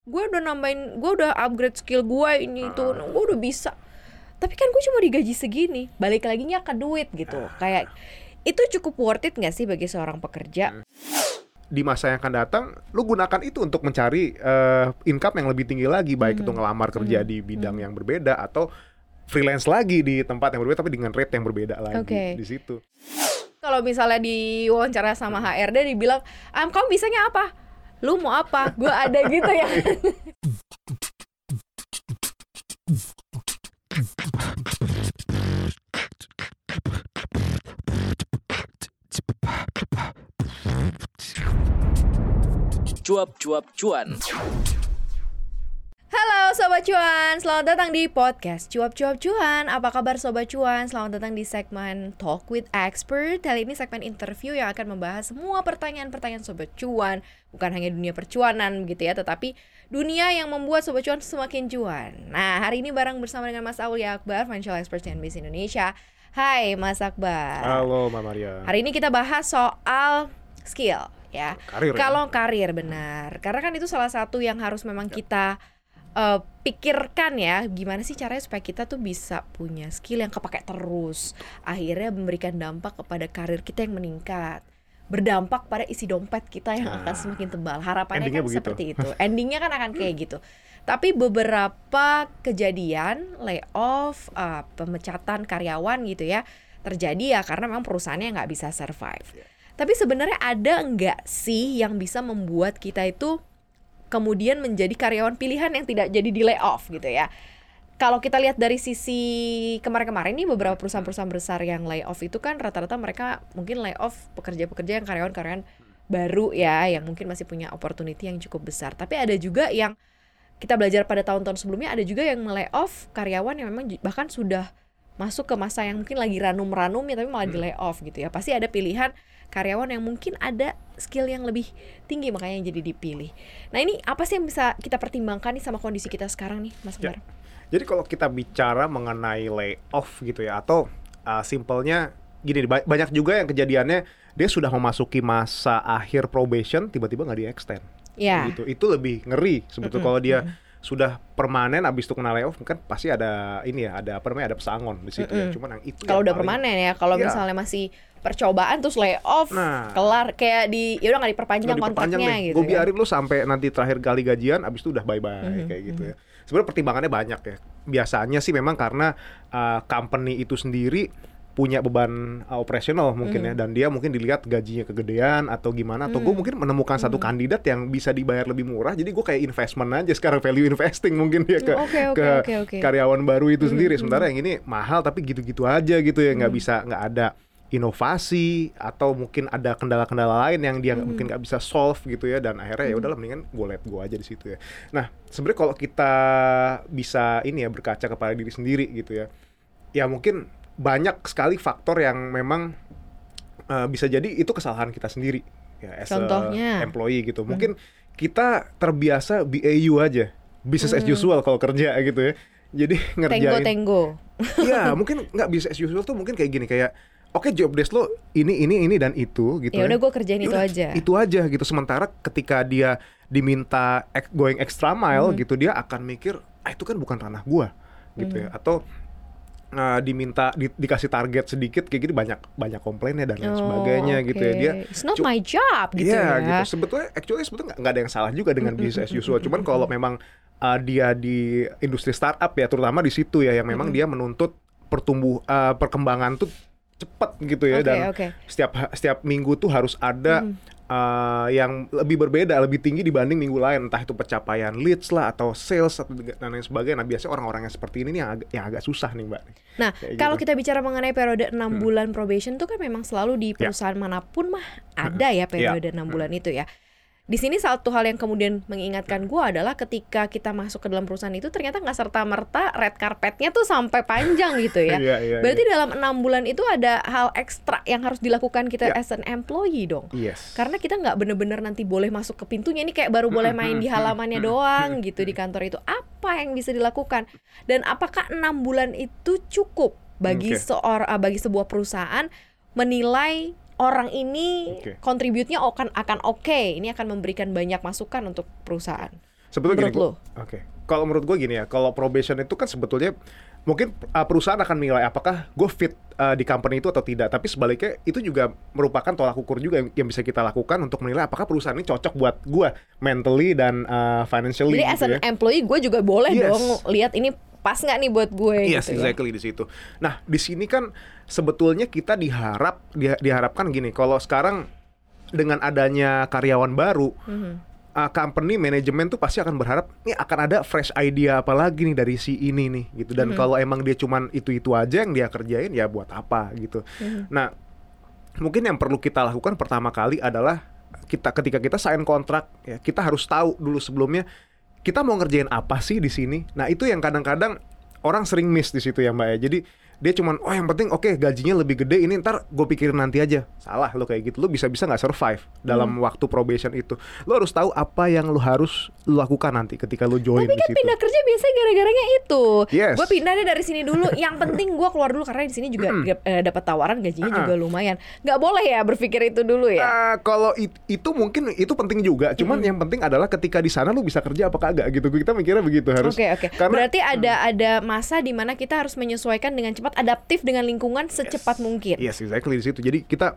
gue udah upgrade skill gue ini tuh, gue udah bisa. Tapi kan gue cuma digaji segini. Balik laginya ke duit gitu. Kayak itu cukup worth it nggak sih bagi seorang pekerja? Di masa yang akan datang, lu gunakan itu untuk mencari income yang lebih tinggi lagi, baik itu ngelamar kerja di bidang yang berbeda atau freelance lagi di tempat yang berbeda tapi dengan rate yang berbeda lagi di situ. Kalau misalnya di wawancara sama HRD dibilang, kamu bisanya apa? Lu mau apa? Gue ada gitu ya. Cuap-cuap cuan. Halo Sobat Cuan, selamat datang di podcast Cuap-cuap cuan. Apa kabar Sobat Cuan? Selamat datang di segmen Talk with Expert. Kali ini segmen interview yang akan membahas semua pertanyaan-pertanyaan Sobat Cuan. Bukan hanya dunia percuanan begitu ya, tetapi dunia yang membuat Sobat Cuan semakin cuan. Nah, hari ini bareng bersama dengan Mas Aulia Akbar, Financial Expert CNBC Indonesia. Hai Mas Akbar. Halo Mbak Maria. Hari ini kita bahas soal skill ya. Kalau karir benar. Karena kan itu salah satu yang harus memang kita pikirkan ya, gimana sih caranya supaya kita tuh bisa punya skill yang kepake terus, akhirnya memberikan dampak kepada karir kita yang meningkat, berdampak pada isi dompet kita yang akan semakin tebal. Harapannya kan seperti itu. Endingnya kan akan kayak gitu. Tapi beberapa kejadian layoff, pemecatan karyawan gitu ya terjadi ya karena memang perusahaannya nggak bisa survive. Tapi sebenarnya ada nggak sih yang bisa membuat kita itu kemudian menjadi karyawan pilihan yang tidak jadi di layoff gitu ya? Kalau kita lihat dari sisi kemarin-kemarin nih, beberapa perusahaan-perusahaan besar yang layoff itu kan rata-rata mereka mungkin layoff pekerja-pekerja yang karyawan-karyawan baru ya, yang mungkin masih punya opportunity yang cukup besar. Tapi ada juga yang kita belajar pada tahun-tahun sebelumnya, ada juga yang layoff karyawan yang memang bahkan sudah masuk ke masa yang mungkin lagi ranum-ranum ya, tapi malah di layoff gitu ya. Pasti ada pilihan karyawan yang mungkin ada skill yang lebih tinggi makanya yang jadi dipilih. Nah ini apa sih yang bisa kita pertimbangkan nih sama kondisi kita sekarang nih Mas Akbar? Jadi kalau kita bicara mengenai layoff gitu ya, atau simpelnya gini, banyak juga yang kejadiannya dia sudah memasuki masa akhir probation tiba-tiba nggak di-extend. Gitu. Itu lebih ngeri sebetulnya kalau dia sudah permanen abis itu kena layoff, kan pasti ada ini ya, ada apa namanya, ada pesangon di situ ya. Cuman yang itu kalau udah permanen ya, kalau misalnya masih percobaan terus layoff, kelar kayak ya udah nggak diperpanjang kontraknya gitu. Gue biarin lu sampai nanti terakhir kali gajian, abis itu udah bye-bye kayak gitu ya. Sebenarnya pertimbangannya banyak ya. Biasanya sih memang karena company itu sendiri punya beban operasional mungkin ya, dan dia mungkin dilihat gajinya kegedean atau gimana, atau gue mungkin menemukan satu kandidat yang bisa dibayar lebih murah, jadi gue kayak investment aja sekarang, value investing mungkin ya ke karyawan baru itu sendiri. Sementara yang ini mahal tapi gitu-gitu aja gitu ya, nggak ada inovasi atau mungkin ada kendala-kendala lain yang dia mungkin nggak bisa solve gitu ya, dan akhirnya ya udahlah mendingan gue let go aja di situ ya. Nah sebenarnya kalau kita bisa ini ya, berkaca kepada diri sendiri gitu ya, ya mungkin banyak sekali faktor yang memang bisa jadi itu kesalahan kita sendiri ya, as a employee gitu. Mungkin kita terbiasa BAU aja, business as usual kalau kerja gitu ya. Jadi ngerjain tenggo. Iya, mungkin nggak business as usual tuh mungkin kayak gini, kayak oke, job desk lo ini dan itu gitu. Ya udah gue kerjain itu aja. Itu aja gitu. Sementara ketika dia diminta going extra mile gitu, dia akan mikir, itu kan bukan ranah gua gitu ya. Atau diminta dikasih target sedikit kayak gitu, banyak komplainnya dan lain sebagainya gitu ya. Dia it's not my job gitu ya. Gitu. Sebetulnya nggak ada yang salah juga dengan business as usual. Cuman kalau memang dia di industri startup ya, terutama di situ ya, yang memang dia menuntut perkembangan tuh cepat gitu ya, dan setiap minggu tuh harus ada yang lebih berbeda, lebih tinggi dibanding minggu lain, entah itu pencapaian leads lah atau sales atau dan lain sebagainya. Nah biasanya orang-orang yang seperti ini nih yang agak susah nih Mbak. Nah kalau kita bicara mengenai periode 6 bulan probation tuh kan memang selalu di perusahaan manapun mah ada ya periode 6 bulan itu ya. Di sini satu hal yang kemudian mengingatkan gue adalah ketika kita masuk ke dalam perusahaan itu ternyata nggak serta-merta red carpetnya tuh sampai panjang gitu ya. Berarti dalam 6 bulan itu ada hal ekstra yang harus dilakukan kita as an employee dong. Karena kita nggak bener-bener nanti boleh masuk ke pintunya, ini kayak baru boleh main di halamannya doang gitu di kantor itu. Apa yang bisa dilakukan? Dan apakah 6 bulan itu cukup bagi bagi sebuah perusahaan menilai orang ini kontributnya akan oke, ini akan memberikan banyak masukan untuk perusahaan? Sebetulnya menurut lo? Oke. Kalau menurut gue gini ya, kalau probation itu kan sebetulnya mungkin perusahaan akan menilai apakah gue fit di company itu atau tidak. Tapi sebaliknya itu juga merupakan tolak ukur juga yang bisa kita lakukan untuk menilai apakah perusahaan ini cocok buat gue mentally dan financially. Jadi gitu as an employee gue juga boleh dong lihat ini pas nggak nih buat gue. Yes, gitu exactly ya? Di situ. Nah di sini kan sebetulnya kita diharapkan gini. Kalau sekarang dengan adanya karyawan baru, company manajemen tuh pasti akan berharap nih akan ada fresh idea apa lagi nih dari si ini nih gitu. Dan kalau emang dia cuman itu aja yang dia kerjain, ya buat apa gitu. Nah mungkin yang perlu kita lakukan pertama kali adalah ketika kita sign kontrak ya, kita harus tahu dulu sebelumnya kita mau ngerjain apa sih di sini. Nah itu yang kadang-kadang orang sering miss di situ ya Mbak ya. Jadi dia cuman yang penting gajinya lebih gede, ini ntar gue pikirin nanti aja. Salah lo kayak gitu, lo bisa-bisa nggak survive dalam waktu probation itu. Lo harus tahu apa yang lo harus lo lakukan nanti ketika lo join di situ. Tapi kan pindah kerja biasanya gara-garanya itu. Yes. Gue pindah deh dari sini dulu. Yang penting gue keluar dulu karena di sini juga dapat tawaran gajinya juga lumayan. Nggak boleh ya berpikir itu dulu ya. Kalau itu mungkin itu penting juga. Cuman yang penting adalah ketika di sana lo bisa kerja apa kagak gitu. Kita mikirnya begitu harus. Oke. Berarti ada masa di mana kita harus menyesuaikan dengan cepat, adaptif dengan lingkungan secepat mungkin. Yes, exactly di situ. Jadi kita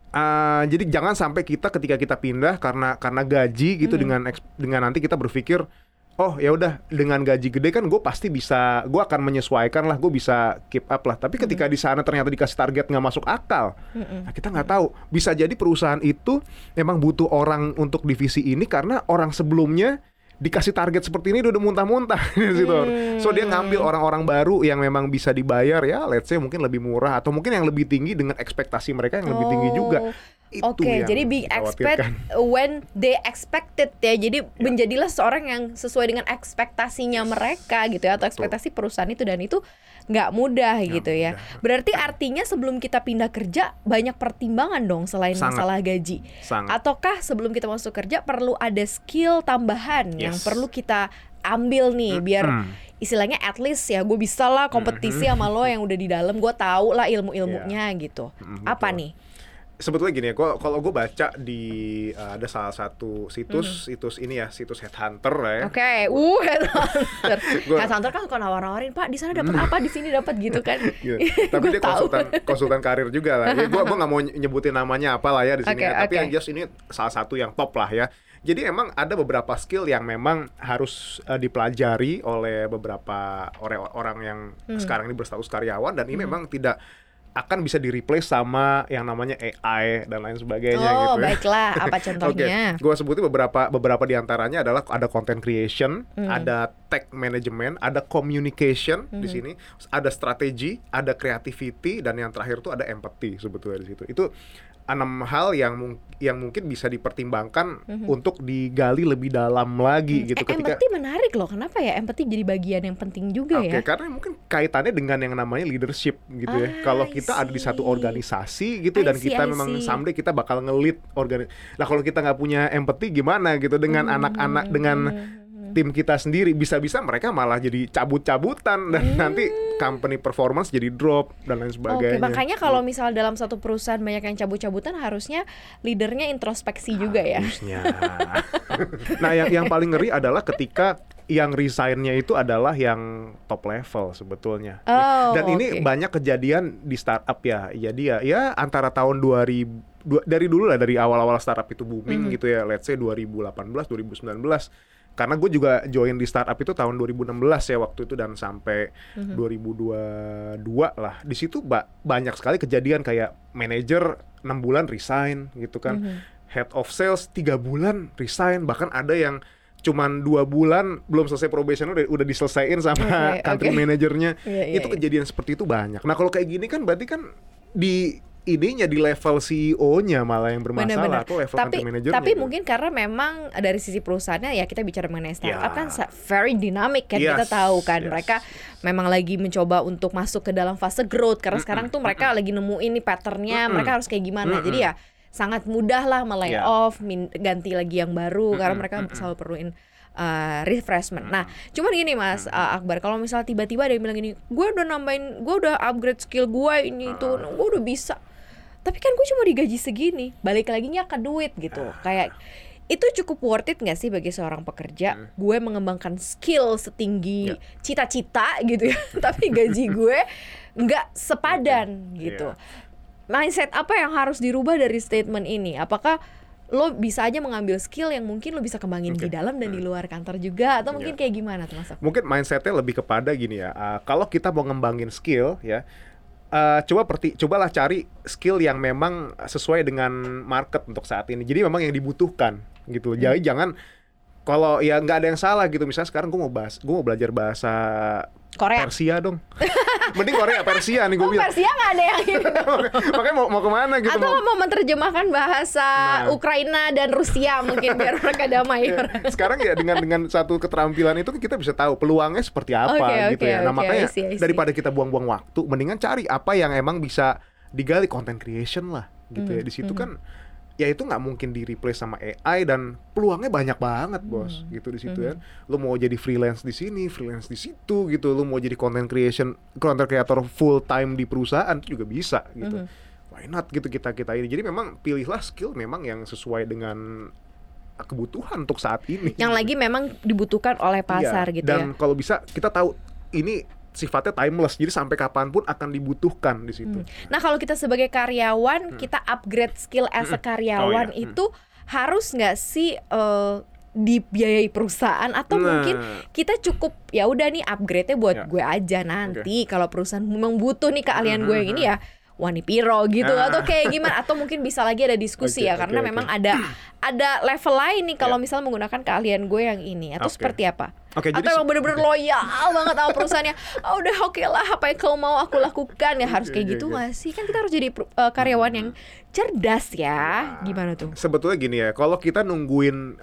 jadi jangan sampai kita ketika kita pindah karena gaji gitu dengan nanti kita berpikir ya udah dengan gaji gede kan gue pasti bisa, gue akan menyesuaikan lah, gue bisa keep up lah. Tapi ketika di sana ternyata dikasih target nggak masuk akal, nah kita nggak tahu. Bisa jadi perusahaan itu memang butuh orang untuk divisi ini karena orang sebelumnya dikasih target seperti ini udah muntah-muntah gitu. So dia ngambil orang-orang baru yang memang bisa dibayar ya let's say mungkin lebih murah atau mungkin yang lebih tinggi dengan ekspektasi mereka yang lebih tinggi juga. Oke, jadi be expect when they expected ya. Jadi menjadilah seorang yang sesuai dengan ekspektasinya mereka gitu ya, atau ekspektasi perusahaan itu, dan itu nggak mudah gitu ya. Berarti artinya sebelum kita pindah kerja banyak pertimbangan dong selain masalah gaji. Ataukah sebelum kita masuk kerja perlu ada skill tambahan yang perlu kita ambil nih biar istilahnya at least ya gue bisa lah kompetisi sama lo yang udah di dalam, gue tahu lah ilmu-ilmunya gitu. Apa nih? Sebetulnya gini ya, kalau gue baca di ada salah satu situs ini ya, situs Headhunter ya. Oke, Headhunter. Headhunter kan suka nawar-nawarin, Pak di sana dapat apa, di sini dapat gitu kan. Tapi dia konsultan karir juga lah. Ya, gue nggak mau nyebutin namanya apa lah ya di sini. Tapi yang jelas ini salah satu yang top lah ya. Jadi emang ada beberapa skill yang memang harus dipelajari oleh beberapa orang yang sekarang ini berstatus karyawan, dan ini memang tidak akan bisa di-replace sama yang namanya AI dan lain sebagainya gitu ya. Oh, baiklah. Apa contohnya? Gue sebutin beberapa di antaranya adalah ada content creation, ada tech management, ada communication di sini, ada strategi, ada creativity, dan yang terakhir tuh ada empathy sebetulnya di situ. Itu 6 hal yang mungkin bisa dipertimbangkan untuk digali lebih dalam lagi gitu. Empathy menarik loh. Kenapa ya empathy jadi bagian yang penting juga ya? Karena mungkin kaitannya dengan yang namanya leadership gitu ya. Kalau kita ada di satu organisasi gitu dan kita memang someday kita bakal nge-lead organisasi. Nah kalau kita nggak punya empathy gimana gitu dengan anak-anak, dengan tim kita sendiri, bisa-bisa mereka malah jadi cabut-cabutan dan nanti company performance jadi drop dan lain sebagainya. Makanya kalau misal dalam satu perusahaan banyak yang cabut-cabutan, harusnya leadernya introspeksi juga ya. Harusnya. Nah yang paling ngeri adalah ketika yang resign-nya itu adalah yang top level sebetulnya. Dan ini banyak kejadian di startup ya. Jadi ya antara tahun 2000 dari dulu lah, dari awal-awal startup itu booming gitu ya. Let's say 2018, 2019. Karena gue juga join di startup itu tahun 2016 ya waktu itu, dan sampai 2022 lah. Di situ banyak sekali kejadian kayak manajer 6 bulan resign gitu kan. Head of sales 3 bulan resign, bahkan ada yang cuman 2 bulan belum selesai probation udah diselesaiin sama country manajernya. Itu kejadian seperti itu banyak. Nah kalau kayak gini kan berarti kan di level CEO-nya malah yang bermasalah, atau level country manajernya. Tapi mungkin karena memang dari sisi perusahaannya ya, kita bicara mengenai startup kan very dynamic kan, kita tahu kan mereka memang lagi mencoba untuk masuk ke dalam fase growth karena sekarang tuh mereka lagi nemuin nih patternnya, mereka harus kayak gimana. Jadi ya sangat mudah lah melay off, ganti lagi yang baru karena mereka selalu perluin refreshment. Nah, cuman gini Mas Akbar, kalau misal tiba-tiba ada yang bilang gini, gue udah upgrade skill gue ini itu, gue udah bisa. Tapi kan gue cuma digaji segini, balik lagi nya ke duit gitu. Kayak itu cukup worth it nggak sih bagi seorang pekerja? Gue mengembangkan skill setinggi cita-cita gitu ya, tapi gaji gue nggak sepadan gitu. Mindset apa yang harus dirubah dari statement ini? Apakah lo bisa aja mengambil skill yang mungkin lo bisa kembangin di dalam dan di luar kantor juga, atau mungkin kayak gimana tuh Mas? Mungkin mindsetnya lebih kepada gini ya, kalau kita mau ngembangin skill ya, cobalah cari skill yang memang sesuai dengan market untuk saat ini. Jadi memang yang dibutuhkan gitu. Jadi jangan, kalau ya nggak ada yang salah gitu. Misalnya sekarang gue mau belajar bahasa Korea, Persia dong. Mending Korea, Persia nih gue bilang. Persia nggak ada yang gitu. Makanya mau kemana gitu? Atau mau menerjemahkan bahasa Ukraina dan Rusia mungkin biar mereka damai. Sekarang ya dengan satu keterampilan itu kita bisa tahu peluangnya seperti apa gitu ya. Nah makanya I see. daripada kita buang-buang waktu, mendingan cari apa yang emang bisa digali, content creation lah gitu ya. Di situ kan ya itu nggak mungkin di replace sama AI dan peluangnya banyak banget bos gitu di situ ya. Lu mau jadi freelance di sini, freelance di situ gitu. Lu mau jadi content creator full time di perusahaan itu juga bisa gitu. Why not gitu kita ini. Jadi memang pilihlah skill memang yang sesuai dengan kebutuhan untuk saat ini. Yang lagi memang dibutuhkan oleh pasar gitu ya. Dan kalau bisa kita tahu ini sifatnya timeless, jadi sampai kapanpun akan dibutuhkan di situ. Nah kalau kita sebagai karyawan, kita upgrade skill as a karyawan itu harus nggak sih dibiayai perusahaan, atau mungkin kita cukup ya udah nih upgrade-nya buat gue aja nanti kalau perusahaan memang butuh nih keahlian gue yang ini ya Wani Piro gitu, atau kayak gimana, atau mungkin bisa lagi ada diskusi karena memang ada level lain nih kalau misalnya menggunakan keahlian gue yang ini, atau seperti apa? Atau emang bener-bener loyal banget sama perusahaannya, udah oke lah apa yang kau mau aku lakukan, ya harus kayak gitu nggak sih? Kan kita harus jadi karyawan yang cerdas ya. Gimana tuh? Sebetulnya gini ya, kalau kita nungguin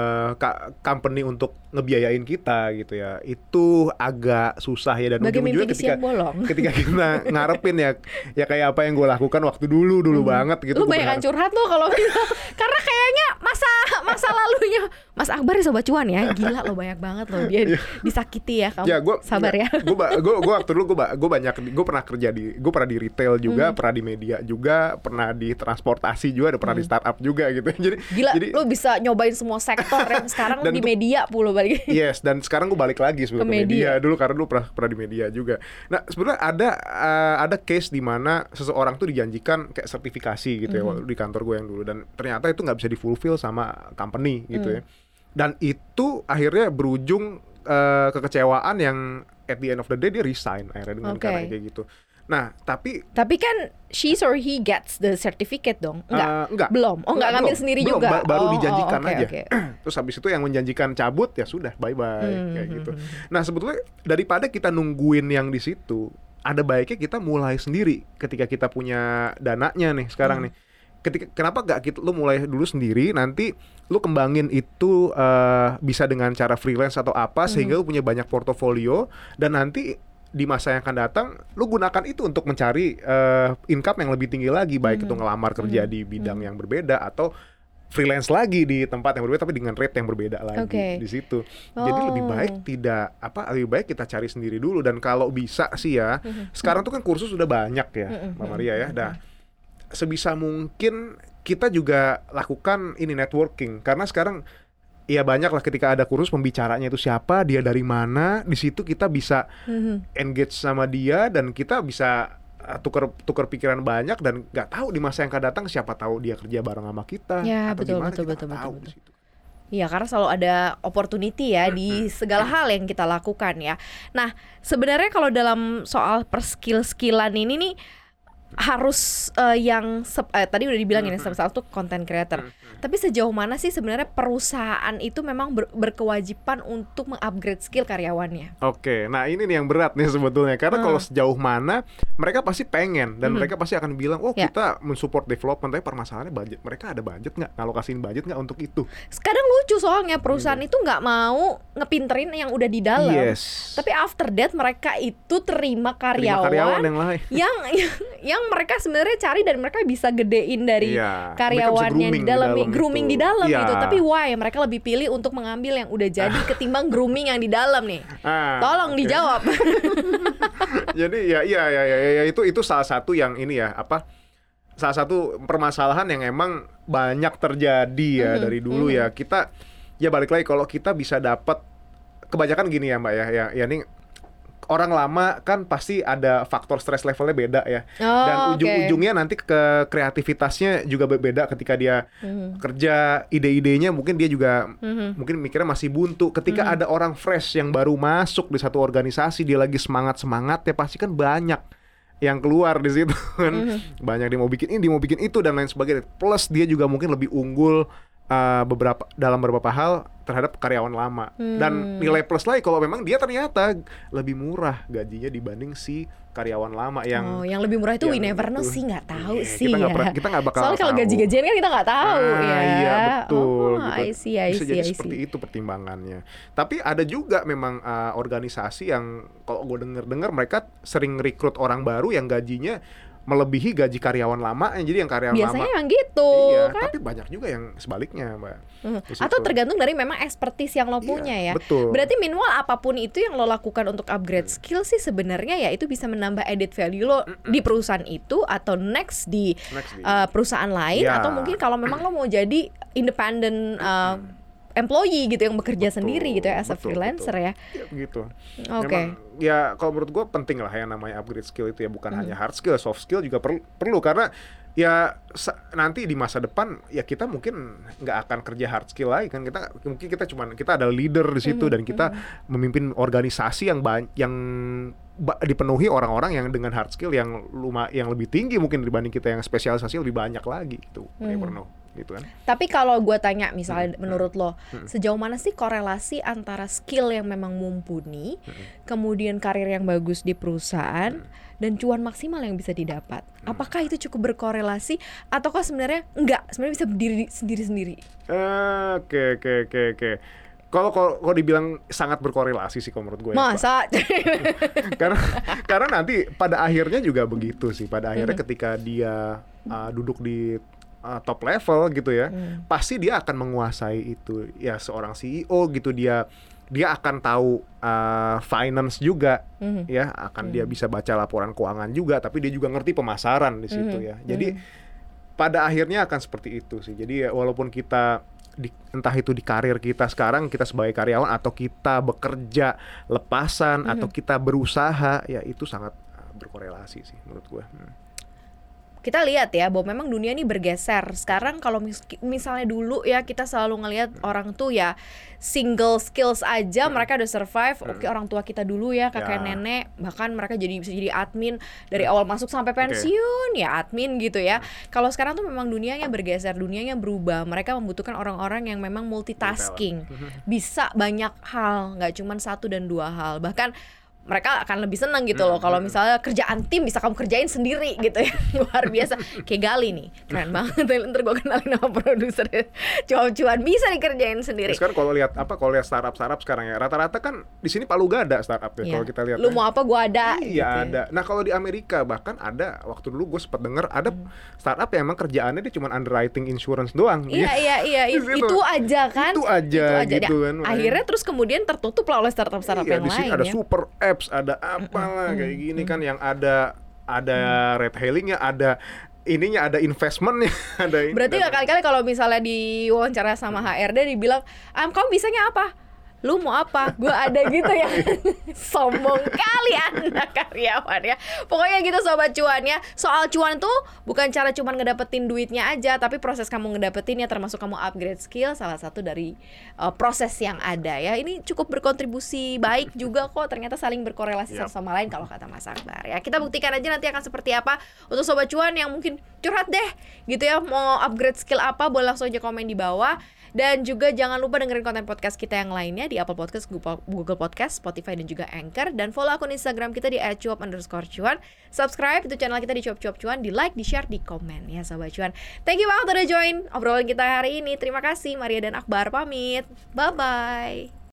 company untuk ngebiayain kita gitu ya, itu agak susah ya. Dan ujung-ujungnya ketika kita ngarepin ya kayak apa yang gue lakukan waktu dulu banget gitu. Lu banyak curhat tuh kalau karena kayaknya masa lalunya Mas Akbar ya Sobat Cuan ya, gila lo banyak banget lo dia disakiti ya kamu. Sabar ya. Gue waktu dulu gue pernah di retail juga, pernah di media juga, pernah di transportasi juga, pernah di startup juga gitu. Jadi lo bisa nyobain semua sektor yang sekarang di media pula balik. Yes, dan sekarang gue balik lagi ke media dulu karena dulu pernah di media juga. Nah sebenarnya ada case di mana seseorang tuh dijanjikan kayak sertifikasi gitu ya di kantor gue yang dulu, dan ternyata itu nggak bisa di-fulfill sama company gitu ya. Dan itu akhirnya berujung kekecewaan yang at the end of the day dia resign akhirnya dengan cara kayak gitu. Nah, tapi kan she or he gets the certificate dong? Enggak. Belum. Nggak ngambil sendiri belum, juga. Baru dijanjikan aja. Terus habis itu yang menjanjikan cabut ya sudah bye-bye kayak gitu. Nah, sebetulnya daripada kita nungguin yang di situ, ada baiknya kita mulai sendiri ketika kita punya dananya nih sekarang nih. Kenapa gak lu mulai dulu sendiri, nanti lu kembangin itu bisa dengan cara freelance atau apa, sehingga lu punya banyak portofolio, dan nanti di masa yang akan datang lu gunakan itu untuk mencari income yang lebih tinggi lagi, baik itu ngelamar kerja di bidang yang berbeda atau freelance lagi di tempat yang berbeda tapi dengan rate yang berbeda lagi di situ. Jadi lebih baik kita cari sendiri dulu, dan kalau bisa sih ya, sekarang tuh kan kursus sudah banyak ya, Mbak Maria ya. Sebisa mungkin kita juga lakukan ini networking, karena sekarang ya banyak lah ketika ada kursus pembicaranya itu siapa, dia dari mana, di situ kita bisa engage sama dia dan kita bisa tukar pikiran banyak, dan nggak tahu di masa yang akan datang siapa tahu dia kerja bareng sama kita atau gimana, kita tahu di situ. Iya, karena selalu ada opportunity ya di segala hal yang kita lakukan ya. Nah, sebenarnya kalau dalam soal perskill-skillan ini nih harus tadi udah dibilang ini salah satu content creator. Tapi sejauh mana sih sebenarnya perusahaan itu memang berkewajiban untuk mengupgrade skill karyawannya? Oke, nah ini nih yang berat nih sebetulnya, karena kalau sejauh mana mereka pasti pengen dan mereka pasti akan bilang, kita mensupport development, tapi permasalahannya budget. Mereka ada budget nggak? Ngalokasin budget nggak untuk itu? Kadang lucu soalnya perusahaan itu nggak mau ngepinterin yang udah di dalam. Tapi after that mereka itu terima karyawan yang mereka sebenarnya cari dan mereka bisa gedein dari karyawannya di dalam, grooming di dalam gitu. Tapi why mereka lebih pilih untuk mengambil yang udah jadi ketimbang grooming yang di dalam nih? Tolong dijawab. Jadi ya itu salah satu yang ini ya salah satu permasalahan yang emang banyak terjadi ya dari dulu ya. Kita ya balik lagi, kalau kita bisa dapat, kebanyakan gini ya Mbak ya ini orang lama kan pasti ada faktor stress levelnya beda ya. Dan ujung-ujungnya nanti ke kreativitasnya juga beda ketika dia kerja, ide-idenya mungkin dia juga mungkin mikirnya masih buntu. Ketika ada orang fresh yang baru masuk di satu organisasi, dia lagi semangat-semangat ya, pasti kan banyak yang keluar di situ kan. Banyak dia mau bikin ini, dia mau bikin itu dan lain sebagainya. Plus dia juga mungkin lebih unggul dalam beberapa hal terhadap karyawan lama. Dan nilai plus lagi kalau memang dia ternyata lebih murah gajinya dibanding si karyawan lama yang lebih murah itu we never know sih, nggak tahu sih kita nggak bakal soalnya kalau gaji-gajian kan kita nggak tahu ya. Iya betul gitu. I see. Bisa jadi seperti itu pertimbangannya. Tapi ada juga memang organisasi yang kalau gue dengar mereka sering rekrut orang baru yang gajinya melebihi gaji karyawan lama, jadi yang karyawan biasanya lama yang gitu kan? Tapi banyak juga yang sebaliknya Mbak. Atau tergantung dari memang expertise yang lo punya ya. Betul. Berarti minimal apapun itu yang lo lakukan untuk upgrade skill sih sebenarnya ya itu bisa menambah added value lo di perusahaan itu atau next di perusahaan lain atau mungkin kalau memang lo mau jadi independent employee gitu yang bekerja sendiri gitu ya as a freelancer ya. Gitu. Oke. Ya kalau menurut gue penting lah yang namanya upgrade skill itu ya, bukan hanya hard skill, soft skill juga perlu karena ya nanti di masa depan ya kita mungkin nggak akan kerja hard skill lagi kan, kita ada leader di situ dan kita memimpin organisasi yang dipenuhi orang-orang yang dengan hard skill yang lebih tinggi mungkin dibanding kita yang spesialisasi lebih banyak lagi gitu. Never know gitu kan. Tapi kalau gue tanya misalnya menurut lo sejauh mana sih korelasi antara skill yang memang mumpuni kemudian karir yang bagus di perusahaan dan cuan maksimal yang bisa didapat? Apakah itu cukup berkorelasi ataukah sebenarnya enggak, sebenarnya bisa berdiri sendiri-sendiri? Oke. Kalau dibilang sangat berkorelasi sih kalau menurut gue. Masa? Karena nanti pada akhirnya juga begitu sih. Pada akhirnya ketika dia duduk di top level gitu ya, pasti dia akan menguasai itu. Ya seorang CEO gitu, dia akan tahu finance juga, ya akan dia bisa baca laporan keuangan juga, tapi dia juga ngerti pemasaran di situ ya. Jadi pada akhirnya akan seperti itu sih. Jadi ya, walaupun kita entah itu di karir kita sekarang, kita sebagai karyawan atau kita bekerja lepasan atau kita berusaha, ya itu sangat berkorelasi sih menurut gue. Kita lihat ya bahwa memang dunia ini bergeser. Sekarang kalau misalnya dulu ya kita selalu ngelihat orang tuh ya single skills aja mereka udah survive. Oke, orang tua kita dulu ya, kakek nenek, bahkan mereka bisa jadi admin dari awal masuk sampai pensiun ya admin gitu ya. Kalau sekarang tuh memang dunianya bergeser, dunianya berubah. Mereka membutuhkan orang-orang yang memang multitasking, bisa banyak hal, nggak cuma 1 dan 2 hal. Bahkan mereka akan lebih senang gitu loh kalau misalnya kerjaan tim bisa kamu kerjain sendiri gitu ya. Luar biasa. Kayak Gali nih, keren banget. Ntar gue kenalin nama produser, cuan-cuan bisa dikerjain sendiri. Sekarang kalau lihat startup sekarang ya, rata-rata kan di sini palu gada startup ya. Kalau kita lihat lu mau apa gue ada. Iya gitu. ada. Nah kalau di Amerika bahkan ada, waktu dulu gue sempat dengar ada startup yang emang kerjaannya dia cuma underwriting insurance doang. Iya itu aja kan. Itu aja gitu kan. Akhirnya terus kemudian tertutup lah oleh startup yang lain. Di sini ada super apps, ada apalah kayak gini kan, yang ada ride hailingnya, ada ininya, ada investmentnya, ada ini. Berarti nggak kali-kali kalau misalnya di wawancara sama HRD dibilang, kamu bisanya apa? Lu mau apa? Gue ada gitu ya. Sombong kali Anda karyawan ya. Pokoknya gitu Sobat Cuan ya. Soal cuan tuh bukan cara cuman ngedapetin duitnya aja, tapi proses kamu ngedapetinnya, termasuk kamu upgrade skill, salah satu dari proses yang ada ya. Ini cukup berkontribusi baik juga kok. Ternyata saling berkorelasi satu sama lain kalau kata Mas Akbar ya. Kita buktikan aja nanti akan seperti apa. Untuk Sobat Cuan yang mungkin curhat deh gitu ya, mau upgrade skill apa, boleh langsung aja komen di bawah. Dan juga jangan lupa dengerin konten podcast kita yang lainnya di Apple Podcast, Google Podcast, Spotify, dan juga Anchor. Dan follow akun Instagram kita di @cuap_cuan. Subscribe itu channel kita di Cuap Cuan, di like, di share, di komen ya Sobat Cuan. Thank you banget udah join obrolan kita hari ini. Terima kasih, Maria dan Akbar pamit. Bye-bye.